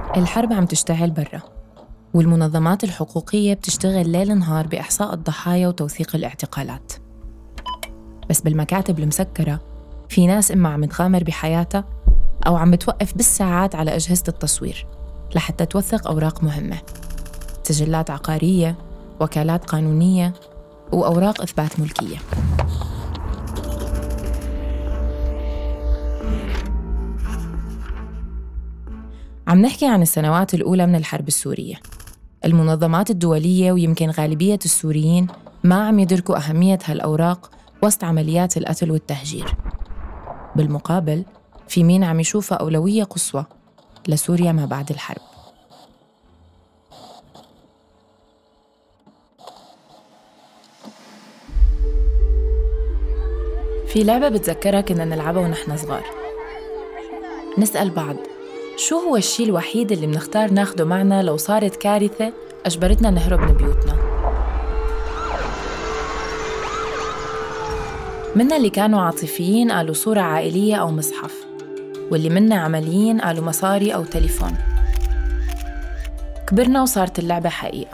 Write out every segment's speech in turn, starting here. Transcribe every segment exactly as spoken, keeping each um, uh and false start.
الحرب عم تشتعل برا، والمنظمات الحقوقية بتشتغل ليل نهار بإحصاء الضحايا وتوثيق الاعتقالات. بس بالمكاتب المسكرة في ناس إما عم تغامر بحياتها أو عم بتوقف بالساعات على أجهزة التصوير لحتى توثق أوراق مهمة، سجلات عقارية، وكالات قانونية، وأوراق إثبات ملكية. عم نحكي عن السنوات الأولى من الحرب السورية. المنظمات الدولية ويمكن غالبية السوريين ما عم يدركوا أهمية هالأوراق وسط عمليات القتل والتهجير. بالمقابل في مين عم يشوفها أولوية قصوى لسوريا ما بعد الحرب. في لعبة بتذكرها كنا نلعبها ونحن صغار. نسأل بعض شو هو الشيء الوحيد اللي منختار ناخده معنا لو صارت كارثة أجبرتنا نهرب من بيوتنا. منا اللي كانوا عاطفيين قالوا صورة عائلية أو مصحف، واللي منا عمليين قالوا مصاري أو تليفون. كبرنا وصارت اللعبة حقيقة،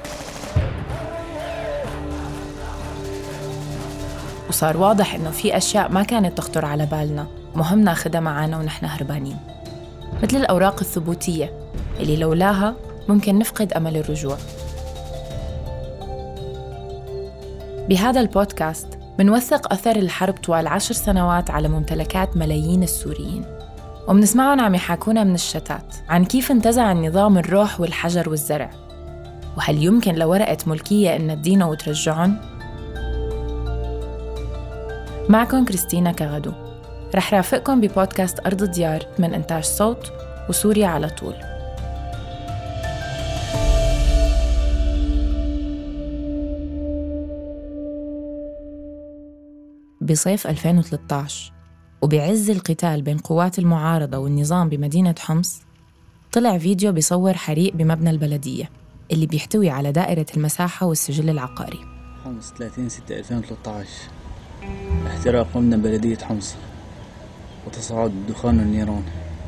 وصار واضح إنه في أشياء ما كانت تخطر على بالنا مهم ناخدها معانا ونحن هربانين، مثل الأوراق الثبوتية اللي لولاها ممكن نفقد أمل الرجوع. بهذا البودكاست منوثق أثر الحرب طوال عشر سنوات على ممتلكات ملايين السوريين، ومنسمعهم عم يحاكونا من الشتات عن كيف انتزع النظام الروح والحجر والزرع، وهل يمكن لورقة ملكية إن تدينه وترجعهم؟ معكم كريستينا كغدو، رح رافقكم ببودكاست أرض الديار من إنتاج صوت وسوريا على طول. بصيف ألفين وثلاثة عشر وبعز القتال بين قوات المعارضة والنظام بمدينة حمص، طلع فيديو بيصور حريق بمبنى البلدية اللي بيحتوي على دائرة المساحة والسجل العقاري. حمص ثلاثين ستة ألفين وثلاثة عشر، احتراق مبنى بلدية حمص وتصاعد الدخان والنيران.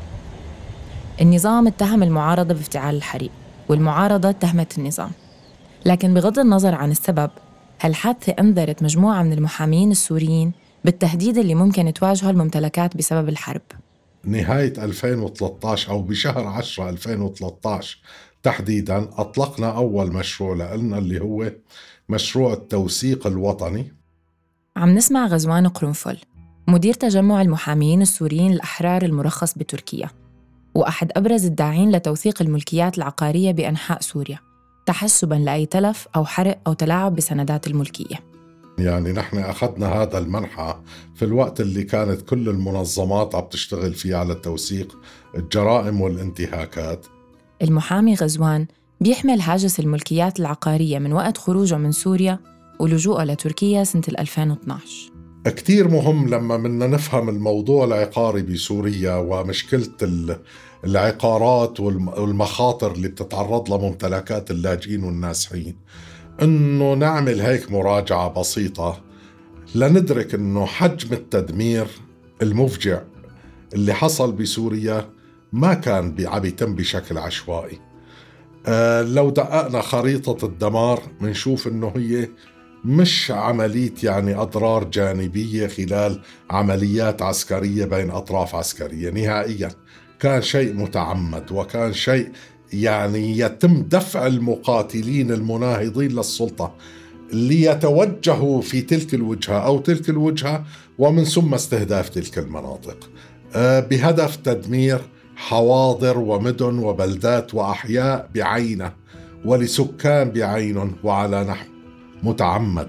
النظام اتهم المعارضة بافتعال الحريق، والمعارضة اتهمت النظام. لكن بغض النظر عن السبب، هالحادثة أنذرت مجموعة من المحامين السوريين بالتهديد اللي ممكن تواجهه الممتلكات بسبب الحرب. نهاية ألفين وثلاثة عشر أو بشهر عشرة ألفين وثلاثة عشر تحديداً أطلقنا أول مشروع لنا اللي هو مشروع التوثيق الوطني. عم نسمع غزوان قرنفل، مدير تجمع المحامين السوريين الأحرار المرخص بتركيا، وأحد أبرز الداعين لتوثيق الملكيات العقارية بأنحاء سوريا تحسباً لأي تلف أو حرق أو تلاعب بسندات الملكية. يعني نحن أخذنا هذا المنحى في الوقت اللي كانت كل المنظمات عم تشتغل فيه على توثيق الجرائم والانتهاكات. المحامي غزوان بيحمل هاجس الملكيات العقارية من وقت خروجه من سوريا ولجوءه لتركيا سنة ألفين واثني عشر. كتير مهم لما بدنا نفهم الموضوع العقاري بسوريا ومشكلة العقارات والمخاطر اللي بتتعرض لها ممتلكات اللاجئين والنازحين، إنه نعمل هيك مراجعة بسيطة لندرك إنه حجم التدمير المفجع اللي حصل بسوريا ما كان بيتم بشكل عشوائي. أه لو دققنا خريطة الدمار منشوف إنه هي مش عملية يعني أضرار جانبية خلال عمليات عسكرية بين أطراف عسكرية نهائيا، كان شيء متعمد، وكان شيء يعني يتم دفع المقاتلين المناهضين للسلطة ليتوجهوا في تلك الوجهة أو تلك الوجهة، ومن ثم استهداف تلك المناطق بهدف تدمير حواضر ومدن وبلدات وأحياء بعينه ولسكان بعين وعلى نحو متعمد.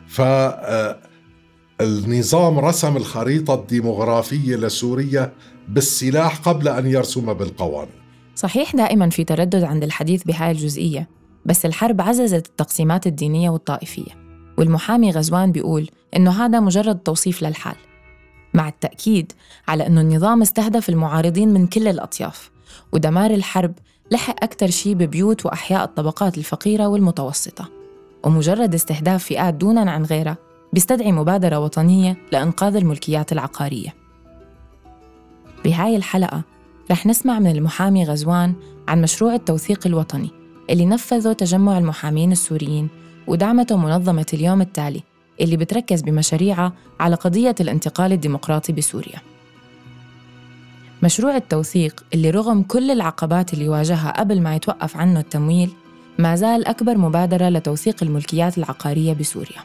فالنظام رسم الخريطة الديمغرافية لسوريا بالسلاح قبل أن يرسم بالقوانين. صحيح دائماً في تردد عند الحديث بهاي الجزئية، بس الحرب عززت التقسيمات الدينية والطائفية، والمحامي غزوان بيقول إنه هذا مجرد توصيف للحال، مع التأكيد على إنه النظام استهدف المعارضين من كل الأطياف، ودمار الحرب لحق أكتر شيء ببيوت وأحياء الطبقات الفقيرة والمتوسطة، ومجرد استهداف فئات دونا عن غيرها بيستدعي مبادرة وطنية لإنقاذ الملكيات العقارية. بهاي الحلقة رح نسمع من المحامي غزوان عن مشروع التوثيق الوطني اللي نفذه تجمع المحامين السوريين ودعمته منظمة اليوم التالي اللي بتركز بمشاريعها على قضية الانتقال الديمقراطي بسوريا. مشروع التوثيق اللي رغم كل العقبات اللي واجهها قبل ما يتوقف عنه التمويل ما زال أكبر مبادرة لتوثيق الملكيات العقارية بسوريا.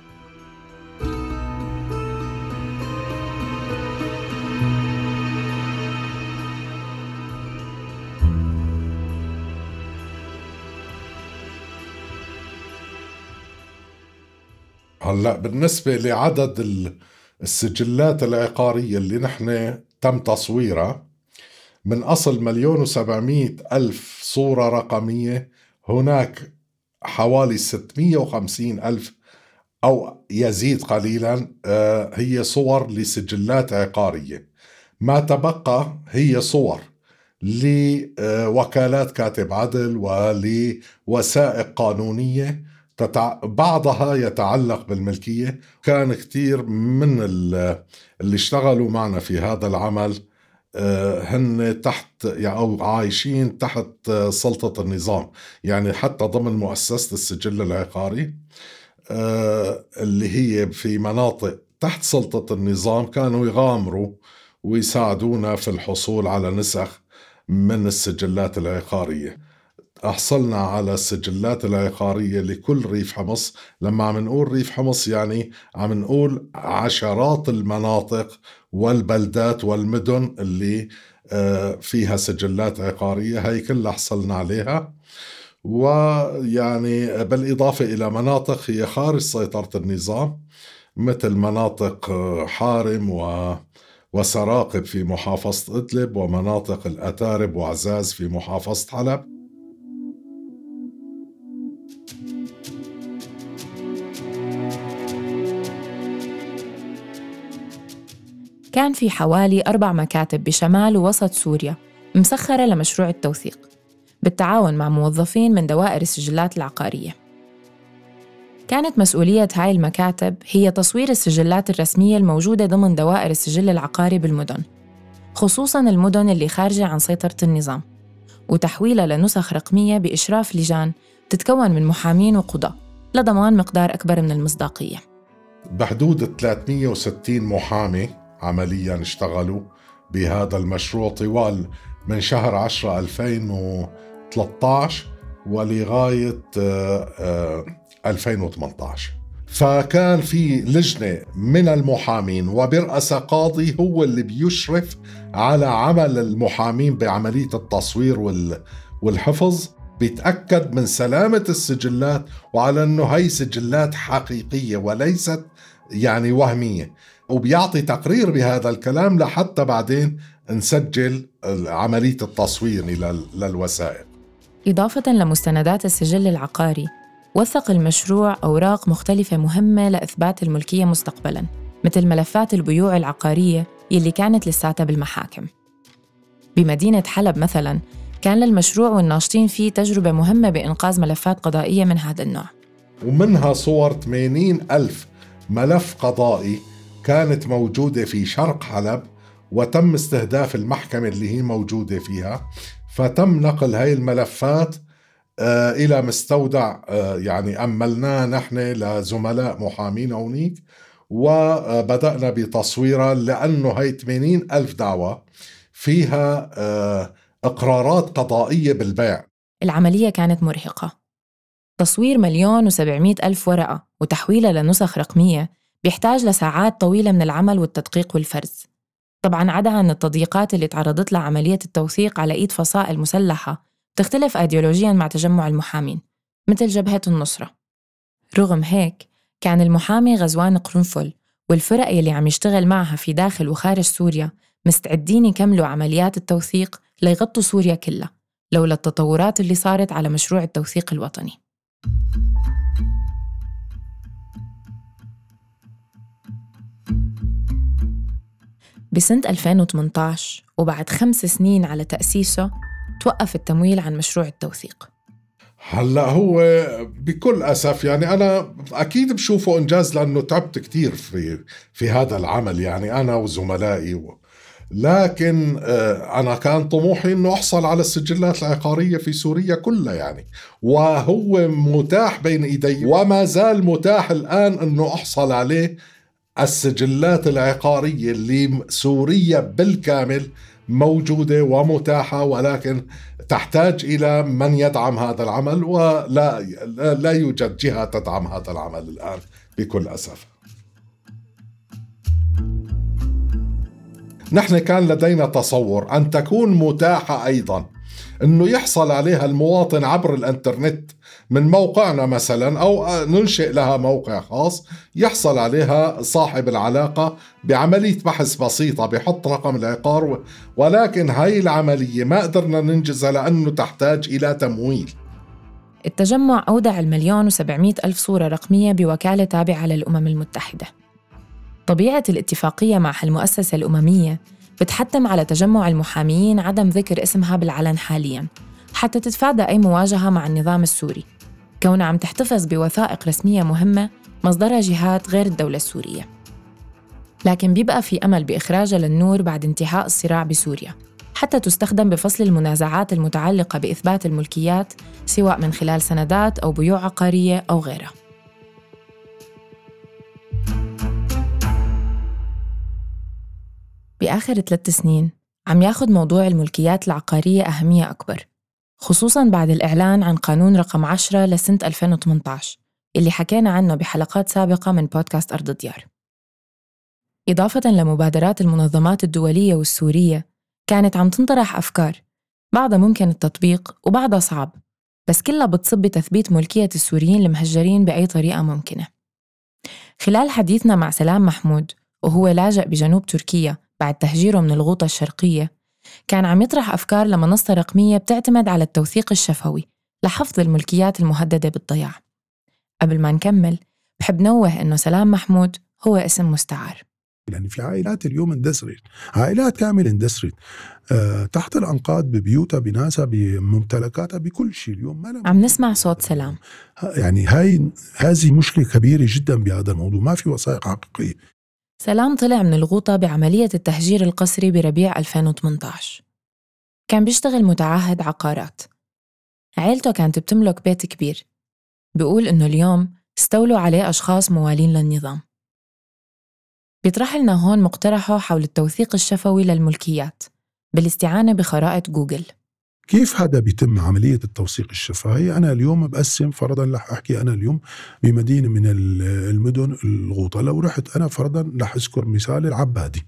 هلأ بالنسبة لعدد السجلات العقارية اللي نحن تم تصويرها، من أصل مليون وسبعمائة ألف صورة رقمية هناك حوالي ستمائة وخمسين ألف أو يزيد قليلا هي صور لسجلات عقارية. ما تبقى هي صور لوكالات كاتب عدل ولوثائق قانونية تتع... بعضها يتعلق بالملكية. كان كتير من اللي اشتغلوا معنا في هذا العمل هن تحت أو عايشين تحت سلطة النظام، يعني حتى ضمن مؤسسة السجل العقاري اللي هي في مناطق تحت سلطة النظام كانوا يغامروا ويساعدونا في الحصول على نسخ من السجلات العقارية. أحصلنا على السجلات العقارية لكل ريف حمص. لما عم نقول ريف حمص يعني عم نقول عشرات المناطق والبلدات والمدن اللي فيها سجلات عقارية، هاي كلها حصلنا عليها. ويعني بالإضافة إلى مناطق هي خارج سيطرة النظام مثل مناطق حارم و وسراقب في محافظة إدلب، ومناطق الأتارب وعزاز في محافظة حلب. كان في حوالي أربع مكاتب بشمال ووسط سوريا مسخرة لمشروع التوثيق بالتعاون مع موظفين من دوائر السجلات العقارية. كانت مسؤولية هاي المكاتب هي تصوير السجلات الرسمية الموجودة ضمن دوائر السجل العقاري بالمدن، خصوصاً المدن اللي خارجة عن سيطرة النظام، وتحويلها لنسخ رقمية بإشراف لجان تتكون من محامين وقضاة لضمان مقدار أكبر من المصداقية. بحدود ثلاثمائة وستين محامي عملياً اشتغلوا بهذا المشروع طوال من شهر عشرة ألفين وثلاثة عشر ولغاية ألفين وثمانية عشر. فكان في لجنة من المحامين وبرأس قاضي هو اللي بيشرف على عمل المحامين بعملية التصوير والحفظ، بيتأكد من سلامة السجلات وعلى أنه هاي سجلات حقيقية وليست يعني وهمية، وبيعطي تقرير بهذا الكلام لحتى بعدين نسجل عملية التصوير للوثائق. إضافة لمستندات السجل العقاري، وثق المشروع أوراق مختلفة مهمة لإثبات الملكية مستقبلاً، مثل ملفات البيوع العقارية يلي كانت لساتها بالمحاكم. بمدينة حلب مثلاً كان للمشروع والناشطين فيه تجربة مهمة بإنقاذ ملفات قضائية من هذا النوع، ومنها صور ثمانين ألف ملف قضائي كانت موجودة في شرق حلب، وتم استهداف المحكمة اللي هي موجودة فيها، فتم نقل هاي الملفات آه إلى مستودع آه يعني أملناه نحن لزملاء محامين هونيك، وبدأنا بتصويرها لأنه هاي ثمانين ألف دعوة فيها آه إقرارات قضائية بالبيع. العملية كانت مرهقة، تصوير مليون وسبعمائة ألف ورقة وتحويلها لنسخ رقمية بيحتاج لساعات طويلة من العمل والتدقيق والفرز. طبعاً عدا عن التضييقات اللي تعرضت لها عملية التوثيق على إيد فصائل مسلحة تختلف أيديولوجياً مع تجمع المحامين مثل جبهة النصرة. رغم هيك كان المحامي غزوان قرنفل والفرق اللي عم يشتغل معها في داخل وخارج سوريا مستعدين يكملوا عمليات التوثيق ليغطوا سوريا كلها لولا التطورات اللي صارت على مشروع التوثيق الوطني. بسنة ألفين وثمانية عشر وبعد خمس سنين على تأسيسه توقف التمويل عن مشروع التوثيق. هلأ هو بكل أسف يعني أنا أكيد بشوفه إنجاز لأنه تعبت كتير في, في هذا العمل، يعني أنا وزملائي و... لكن أنا كان طموحي أنه أحصل على السجلات العقارية في سوريا كلها يعني، وهو متاح بين إيدي وما زال متاح الآن أنه أحصل عليه. السجلات العقارية اللي سوريا بالكامل موجودة ومتاحة، ولكن تحتاج إلى من يدعم هذا العمل، ولا لا يوجد جهة تدعم هذا العمل الآن بكل أسف. نحن كان لدينا تصور أن تكون متاحة أيضا أنه يحصل عليها المواطن عبر الإنترنت من موقعنا مثلا، أو ننشئ لها موقع خاص يحصل عليها صاحب العلاقة بعملية بحث بسيطة، بحط رقم العقار، ولكن هاي العملية ما قدرنا ننجزها لأنه تحتاج إلى تمويل. التجمع أودع المليون وسبعمائة ألف صورة رقمية بوكالة تابعة للأمم المتحدة. طبيعة الاتفاقية مع المؤسسة الأممية بتحتم على تجمع المحاميين عدم ذكر اسمها بالعلن حالياً حتى تتفادى أي مواجهة مع النظام السوري، كونها عم تحتفظ بوثائق رسمية مهمة مصدرها جهات غير الدولة السورية. لكن بيبقى في أمل بإخراجها للنور بعد انتهاء الصراع بسوريا، حتى تستخدم بفصل المنازعات المتعلقة بإثبات الملكيات، سواء من خلال سندات أو بيوع عقارية أو غيرها. بآخر ثلاث سنين عم ياخد موضوع الملكيات العقارية أهمية أكبر، خصوصاً بعد الإعلان عن قانون رقم عشرة لسنة ألفين وثمانية عشر اللي حكينا عنه بحلقات سابقة من بودكاست أرض الديار. إضافة لمبادرات المنظمات الدولية والسورية، كانت عم تنطرح أفكار بعضها ممكن التطبيق وبعضها صعب، بس كلها بتصب بتثبيت ملكية السوريين المهجرين بأي طريقة ممكنة. خلال حديثنا مع سلام محمود، وهو لاجئ بجنوب تركيا بعد تهجيره من الغوطة الشرقية، كان عم يطرح أفكار لمنصة رقمية بتعتمد على التوثيق الشفوي لحفظ الملكيات المهددة بالضياع. قبل ما نكمل بحب نوه إنه سلام محمود هو اسم مستعار، يعني في عائلات اليوم اندثرت، عائلات كاملة اندثرت أه تحت الأنقاض ببيوتها بناسها بممتلكاتها بكل شيء. اليوم ما عم نسمع صوت سلام. يعني هاي هذه مشكلة كبيرة جدا بهذا الموضوع، ما في وثائق حقيقية. سلام طلع من الغوطة بعملية التهجير القسري بربيع ألفين وثمانية عشر. كان بيشتغل متعهد عقارات، عيلته كانت بتملك بيت كبير. بيقول إنه اليوم استولوا عليه أشخاص موالين للنظام. بيطرح لنا هون مقترحه حول التوثيق الشفوي للملكيات بالاستعانة بخرائط جوجل. كيف هذا بيتم عملية التوثيق الشفهي؟ أنا اليوم بقسم فرضاً رح أحكي أنا اليوم بمدينة من المدن الغوطة، لو رحت أنا فرضاً رح أذكر مثال العبادي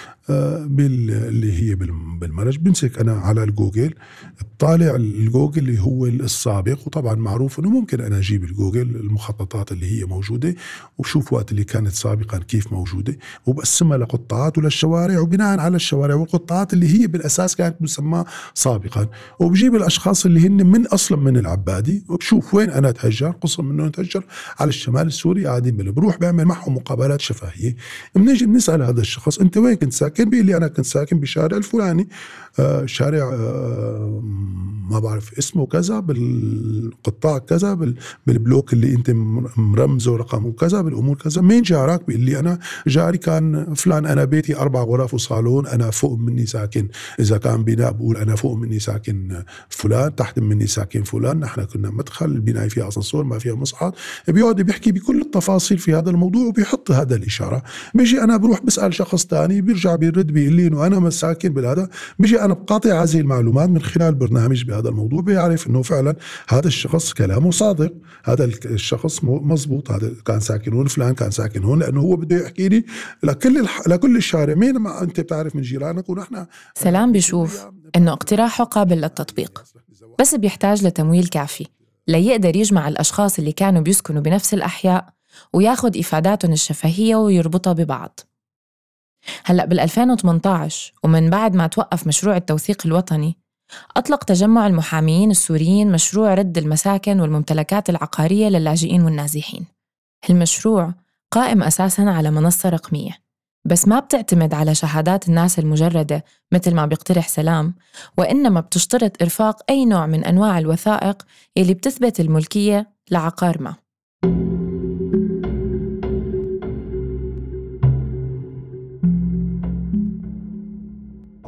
اللي هي بالمرج، بمسك أنا على الجوجل بطالع الجوجل اللي هو السابق، وطبعا معروف أنه ممكن أنا أجيب الجوجل المخططات اللي هي موجودة وشوف وقت اللي كانت سابقا كيف موجودة، وبقسمها لقطاعات وللشوارع، وبناء على الشوارع والقطاعات اللي هي بالأساس كانت مسمى سابقا، وبجيب الأشخاص اللي هن من أصلا من العبادي، وبشوف وين أنا أتهجر، قسم منه أتهجر على الشمال السوري قاعدين بله، بروح بعمل معهم مقابلات شفهية. بنيجي بنسأل هذا الشخص أنت وين كنت ساكن؟ كان بيقول لي أنا كنت ساكن بشارع الفلاني، آه شارع آه ما بعرف اسمه كذا، بالقطاع كذا، بالبلوك اللي أنت مرمزه رقمه كذا، بالأمور كذا. مين جارك؟ بيقول لي أنا جاري كان فلان، أنا بيتي أربع غرف وصالون، أنا فوق مني ساكن، إذا كان بناء بقول أنا فوق مني ساكن فلان، تحت مني ساكن فلان، نحن كنا مدخل البناية فيها أسانسور ما فيها مصعد. بيقعد بيحكي بكل التفاصيل في هذا الموضوع وبيحط هذا الإشارة. بيجي أنا بروح بسأل شخص تاني بيرجع بيرد بيقول لي إنه أنا مساكن بالهذا. بيجي أنا بقاطع هذه المعلومات من خلال برنامج بهذا الموضوع، بيعرف إنه فعلا هذا الشخص كلامه صادق، هذا الشخص مزبوط، هذا كان ساكن هون، فلان كان ساكن هون، لأنه هو بده يحكي لي لكل الح... لكل الشارع مين ما أنت بتعرف من جيرانك. ونحن سلام بيشوف إنه اقتراحه قابل للتطبيق، بس بيحتاج لتمويل كافي ليقدر يجمع الأشخاص اللي كانوا بيسكنوا بنفس الأحياء وياخد إفاداتهم الشفهية ويربطها ببعض. هلأ بالألفين وثمانية عشر ومن بعد ما توقف مشروع التوثيق الوطني، أطلق تجمع المحاميين السوريين مشروع رد المساكن والممتلكات العقارية للاجئين والنازحين. المشروع قائم أساساً على منصة رقمية، بس ما بتعتمد على شهادات الناس المجردة مثل ما بيقترح سلام، وإنما بتشترط إرفاق أي نوع من أنواع الوثائق اللي بتثبت الملكية لعقار ما.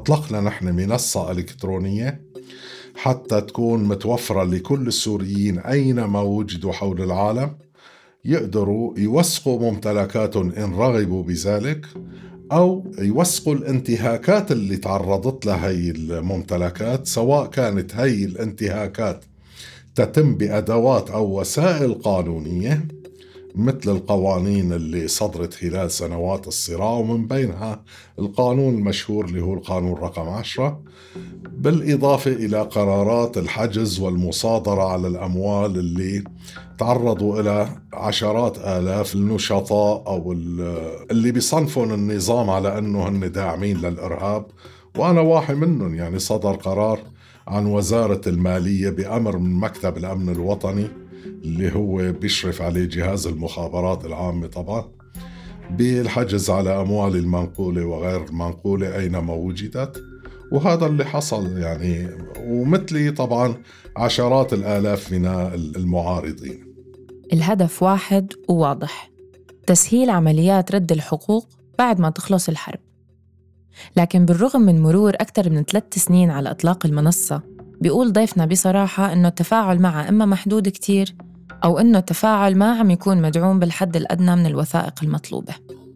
أطلقنا نحن منصة إلكترونية حتى تكون متوفرة لكل السوريين أينما وجدوا حول العالم، يقدروا يوثقوا ممتلكاتهم إن رغبوا بذلك، أو يوثقوا الانتهاكات اللي تعرضت لها هي الممتلكات، سواء كانت هي الانتهاكات تتم بأدوات أو وسائل قانونية مثل القوانين اللي صدرت خلال سنوات الصراع، ومن بينها القانون المشهور اللي هو القانون رقم عشرة، بالإضافة إلى قرارات الحجز والمصادرة على الأموال اللي تعرضوا إلى عشرات آلاف النشطاء أو اللي بيصنفون النظام على أنه هن داعمين للإرهاب، وأنا واحد منهم. يعني صدر قرار عن وزارة المالية بأمر من مكتب الأمن الوطني اللي هو بيشرف عليه جهاز المخابرات العامة طبعا، بالحجز على أموال المنقولة وغير المنقولة أينما وجدت، وهذا اللي حصل يعني. ومثلي طبعا عشرات الآلاف من المعارضين. الهدف واحد وواضح: تسهيل عمليات رد الحقوق بعد ما تخلص الحرب. لكن بالرغم من مرور أكثر من ثلاث سنين على إطلاق المنصة، بيقول ضيفنا بصراحة إنه التفاعل معها إما محدود كتير، أو إنه التفاعل ما عم يكون مدعوم بالحد الأدنى من الوثائق المطلوبة.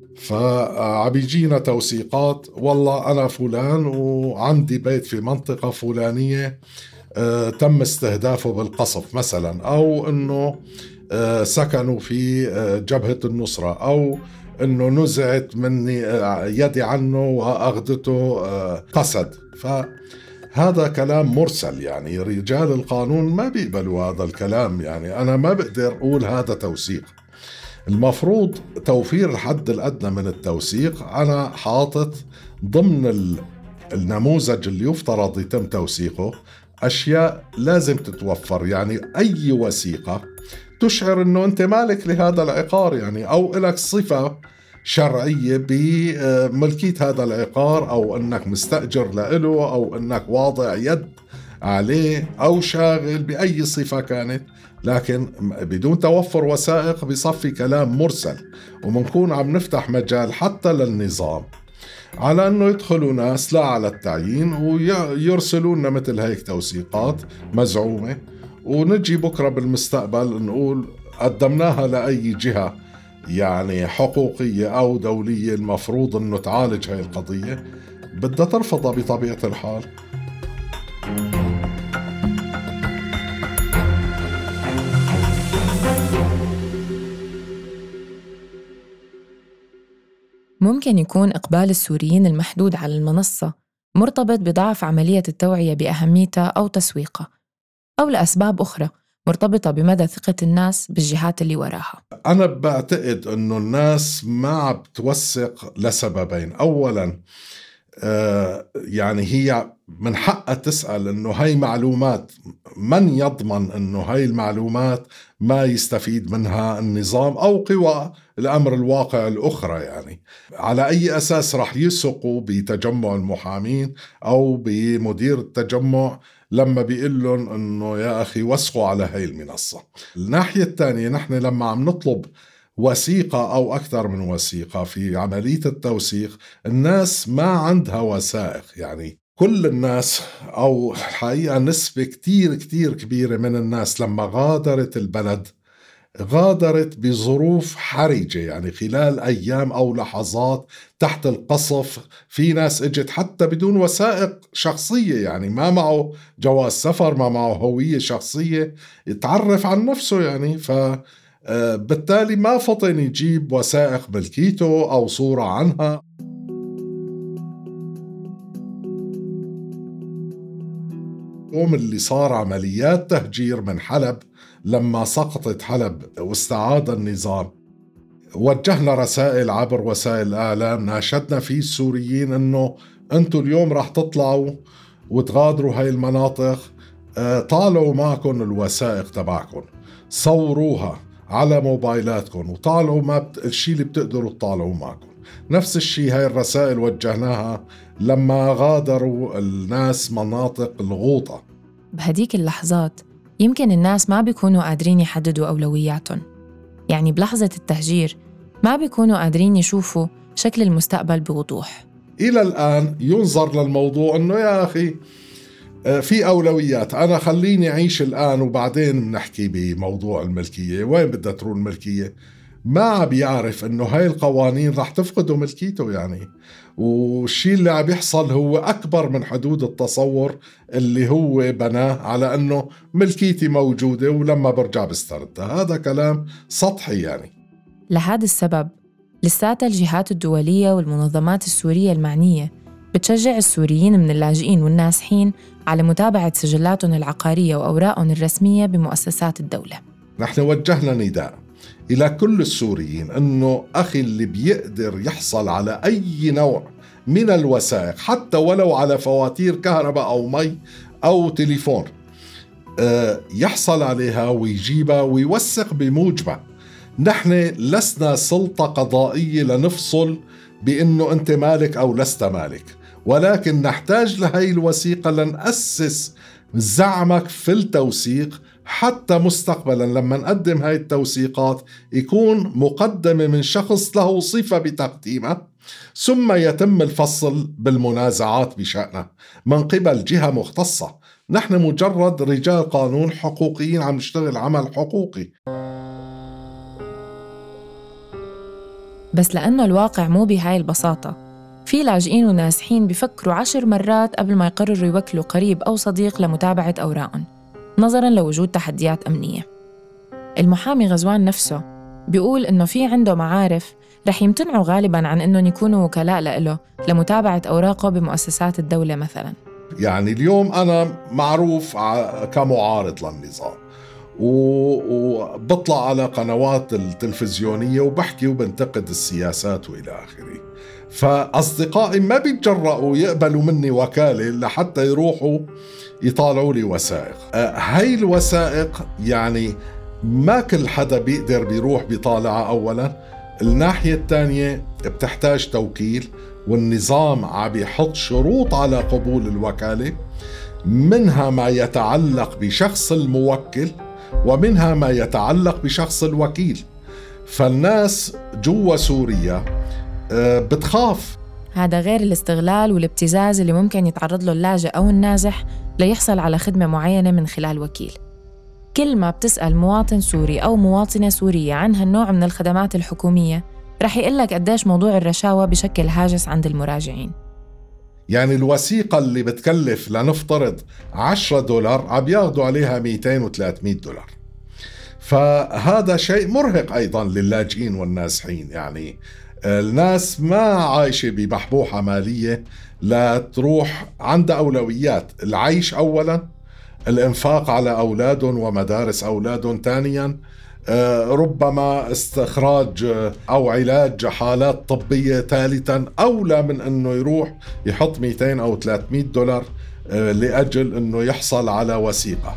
فعبيجينا توثيقات، والله أنا فلان وعندي بيت في منطقة فلانية آه تم استهدافه بالقصف مثلا، أو إنه آه سكنوا في آه جبهة النصرة، أو إنه نزعت مني آه يدي عنه وأخذته آه قسد. فهذا كلام مرسل، يعني رجال القانون ما بيقبلوا هذا الكلام. يعني أنا ما بقدر أقول هذا توثيق. المفروض توفير الحد الأدنى من التوثيق. أنا حاطط ضمن النموذج اللي يفترض يتم توثيقه أشياء لازم تتوفر، يعني أي وثيقة تشعر أنه أنت مالك لهذا العقار، يعني أو لك صفة شرعية بملكية هذا العقار، أو أنك مستأجر له، أو أنك واضع يد عليه، أو شاغل بأي صفة كانت. لكن بدون توفر وثائق بصفي كلام مرسل، ومنكون عم نفتح مجال حتى للنظام على أنه يدخلوا ناس لا على التعيين ويرسلون مثل هيك توثيقات مزعومة، ونجي بكرة بالمستقبل نقول قدمناها لأي جهة يعني حقوقية أو دولية المفروض أنه تعالج هاي القضية، بدها ترفضها بطبيعة الحال. ممكن يكون إقبال السوريين المحدود على المنصة مرتبط بضعف عملية التوعية بأهميتها أو تسويقها، أو لأسباب أخرى مرتبطة بمدى ثقة الناس بالجهات اللي وراها. أنا بعتقد أنه الناس ما عم توثق لسببين. أولاً آه يعني هي من حقها تسأل أنه هاي معلومات، من يضمن أنه هاي المعلومات ما يستفيد منها النظام أو قوى الأمر الواقع الأخرى؟ يعني على أي أساس رح يثقوا بتجمع المحامين أو بمدير التجمع لما بيقول لهم أنه يا أخي وثقوا على هاي المنصة؟ الناحية الثانية، نحن لما عم نطلب وثيقة أو أكثر من وثيقة في عملية التوثيق، الناس ما عندها وثائق. يعني كل الناس أو الحقيقة نسبة كتير كتير كبيرة من الناس لما غادرت البلد غادرت بظروف حرجة، يعني خلال أيام أو لحظات تحت القصف. في ناس اجت حتى بدون وثائق شخصية، يعني ما معه جواز سفر، ما معه هوية شخصية يتعرف عن نفسه، يعني ف بالتالي ما فطن يجيب وثائق ملكيته أو صورة عنها. يوم اللي صار عمليات تهجير من حلب، لما سقطت حلب واستعاد النظام، وجهنا رسائل عبر وسائل الإعلام ناشدنا فيه السوريين أنه أنتوا اليوم رح تطلعوا وتغادروا هاي المناطق، طالعوا معكم الوثائق تبعكم، صوروها على موبايلاتكم وطالعوا ما بت... الشيء اللي بتقدروا تطالعوا معكم. نفس الشيء هاي الرسائل وجهناها لما غادروا الناس مناطق الغوطة. بهديك اللحظات يمكن الناس ما بيكونوا قادرين يحددوا أولوياتهم، يعني بلحظة التهجير ما بيكونوا قادرين يشوفوا شكل المستقبل بوضوح. إلى الآن ينظر للموضوع أنه يا أخي في أولويات، أنا خليني أعيش الآن وبعدين بنحكي بموضوع الملكية، وين بدها تروح الملكية؟ ما بيعرف أنه هاي القوانين رح تفقده ملكيته يعني، والشيء اللي عم يحصل هو أكبر من حدود التصور اللي هو بناه على أنه ملكيتي موجودة ولما برجع بستردها. هذا كلام سطحي يعني. لهذا السبب لساتها الجهات الدولية والمنظمات السورية المعنية بتشجع السوريين من اللاجئين والنازحين على متابعة سجلاتهم العقارية وأوراقهم الرسمية بمؤسسات الدولة. نحن وجهنا نداء إلى كل السوريين أنه أخي اللي بيقدر يحصل على أي نوع من الوثائق حتى ولو على فواتير كهرباء أو مي أو تليفون يحصل عليها ويجيبها ويوثق بموجبها. نحن لسنا سلطة قضائية لنفصل بأنه أنت مالك أو لست مالك، ولكن نحتاج لهي الوثيقة لنأسس زعمك في التوثيق حتى مستقبلا لما نقدم هاي التوثيقات يكون مقدمة من شخص له صفة بتقديمها، ثم يتم الفصل بالمنازعات بشأنها من قبل جهة مختصة. نحن مجرد رجال قانون حقوقيين عم نشتغل عمل حقوقي. بس لأنه الواقع مو بهاي البساطة، في لاجئين ونازحين بيفكروا عشر مرات قبل ما يقرروا يوكلوا قريب أو صديق لمتابعة أوراقهم نظراً لوجود تحديات أمنية. المحامي غزوان نفسه بيقول إنه في عنده معارف رح يمتنعوا غالباً عن إنهم يكونوا وكلاء لإله لمتابعة أوراقه بمؤسسات الدولة مثلاً. يعني اليوم أنا معروف كمعارض للنظام وبطلع على قنوات التلفزيونية وبحكي وبنتقد السياسات وإلى آخره، فأصدقائي ما بيتجرؤوا يقبلوا مني وكالة لحتى يروحوا يطالعوا لي وثائق. هاي الوثائق يعني ما كل حدا بيقدر بيروح بيطالعها. أولا الناحية الثانية بتحتاج توكيل، والنظام عم يحط شروط على قبول الوكالة، منها ما يتعلق بشخص الموكل ومنها ما يتعلق بشخص الوكيل. فالناس جوا سوريا بتخاف. هذا غير الاستغلال والابتزاز اللي ممكن يتعرض له اللاجئ أو النازح ليحصل على خدمة معينة من خلال وكيل. كل ما بتسأل مواطن سوري أو مواطنة سورية عن هالنوع من الخدمات الحكومية رح يقلك قديش موضوع الرشاوى بشكل هاجس عند المراجعين. يعني الوثيقة اللي بتكلف لنفترض عشرة دولار عم ياخدوا عليها مئتين وثلاثمئة دولار. فهذا شيء مرهق أيضا للاجئين والنازحين. يعني الناس ما عايشة بمحبوحة مالية، لا تروح عند أولويات العيش أولا، الإنفاق على أولادهم ومدارس أولادهم ثانيا، ربما استخراج أو علاج حالات طبية ثالثا، أولى من أنه يروح يحط مئتين أو ثلاثمئة دولار لأجل أنه يحصل على وثيقة.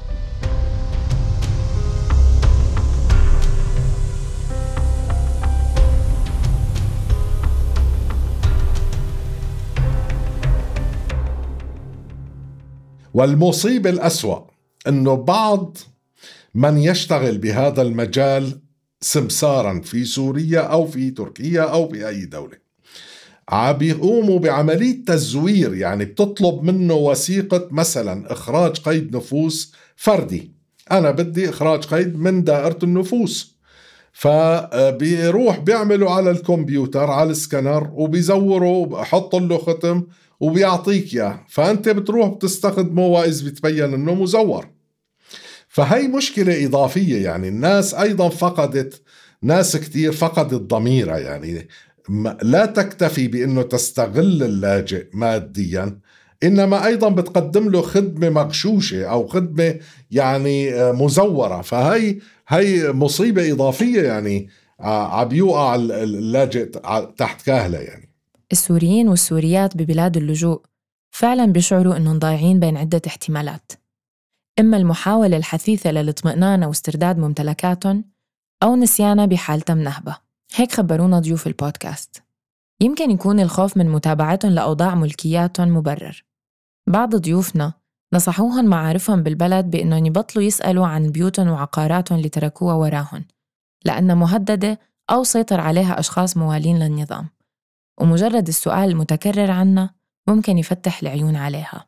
والمصيبة الأسوأ أنه بعض من يشتغل بهذا المجال سمساراً في سوريا أو في تركيا أو في أي دولة عم يقوموا بعملية تزوير. يعني بتطلب منه وثيقة مثلا إخراج قيد نفوس فردي، أنا بدي إخراج قيد من دائرة النفوس، فبيروح بيعملوا على الكمبيوتر على السكانر وبيزوروا وبحط له ختم وبيعطيك إياه، فأنت بتروح بتستخدمه وإذ بتبين أنه مزور. فهي مشكلة إضافية. يعني الناس أيضا فقدت، ناس كتير فقدت ضميرها. يعني لا تكتفي بأنه تستغل اللاجئ ماديا، إنما أيضا بتقدم له خدمة مغشوشة أو خدمة يعني مزورة. فهي هي مصيبة إضافية يعني عم يوقع اللاجئ تحت كاهلة. يعني السوريين والسوريات ببلاد اللجوء فعلاً بيشعروا إنهم ضايعين بين عدة احتمالات، إما المحاولة الحثيثة للاطمئنان واسترداد ممتلكاتهم أو نسيانها بحالة منهبة. هيك خبرونا ضيوف البودكاست. يمكن يكون الخوف من متابعتهم لأوضاع ملكياتهم مبرر. بعض ضيوفنا نصحوهم معارفهم بالبلد بأنهم يبطلوا يسألوا عن بيوتهم وعقاراتهم اللي تركوها وراهن، لأنها مهددة أو سيطر عليها أشخاص موالين للنظام. ومجرد السؤال المتكرر عنها ممكن يفتح العيون عليها.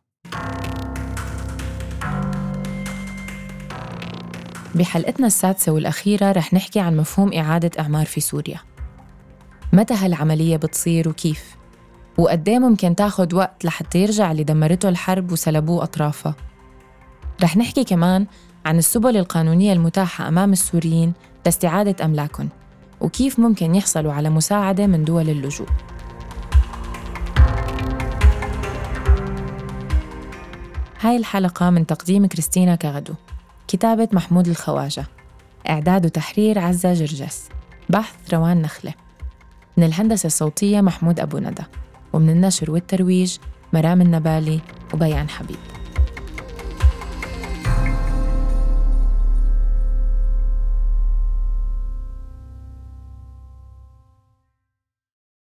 بحلقتنا السادسة والأخيرة رح نحكي عن مفهوم إعادة إعمار في سوريا. متى هالعملية بتصير وكيف؟ وقديه ممكن تاخد وقت لحتى يرجع اللي دمرته الحرب وسلبوه أطرافها؟ رح نحكي كمان عن السبل القانونية المتاحة أمام السوريين لاستعادة أملاكهم، وكيف ممكن يحصلوا على مساعدة من دول اللجوء. هاي الحلقة من تقديم كريستينا كغدو، كتابة محمود الخواجة، إعداد وتحرير عزة جرجس، بحث روان نخلة، من الهندسة الصوتية محمود أبو ندى، ومن النشر والترويج مرام النبالي وبيان حبيب.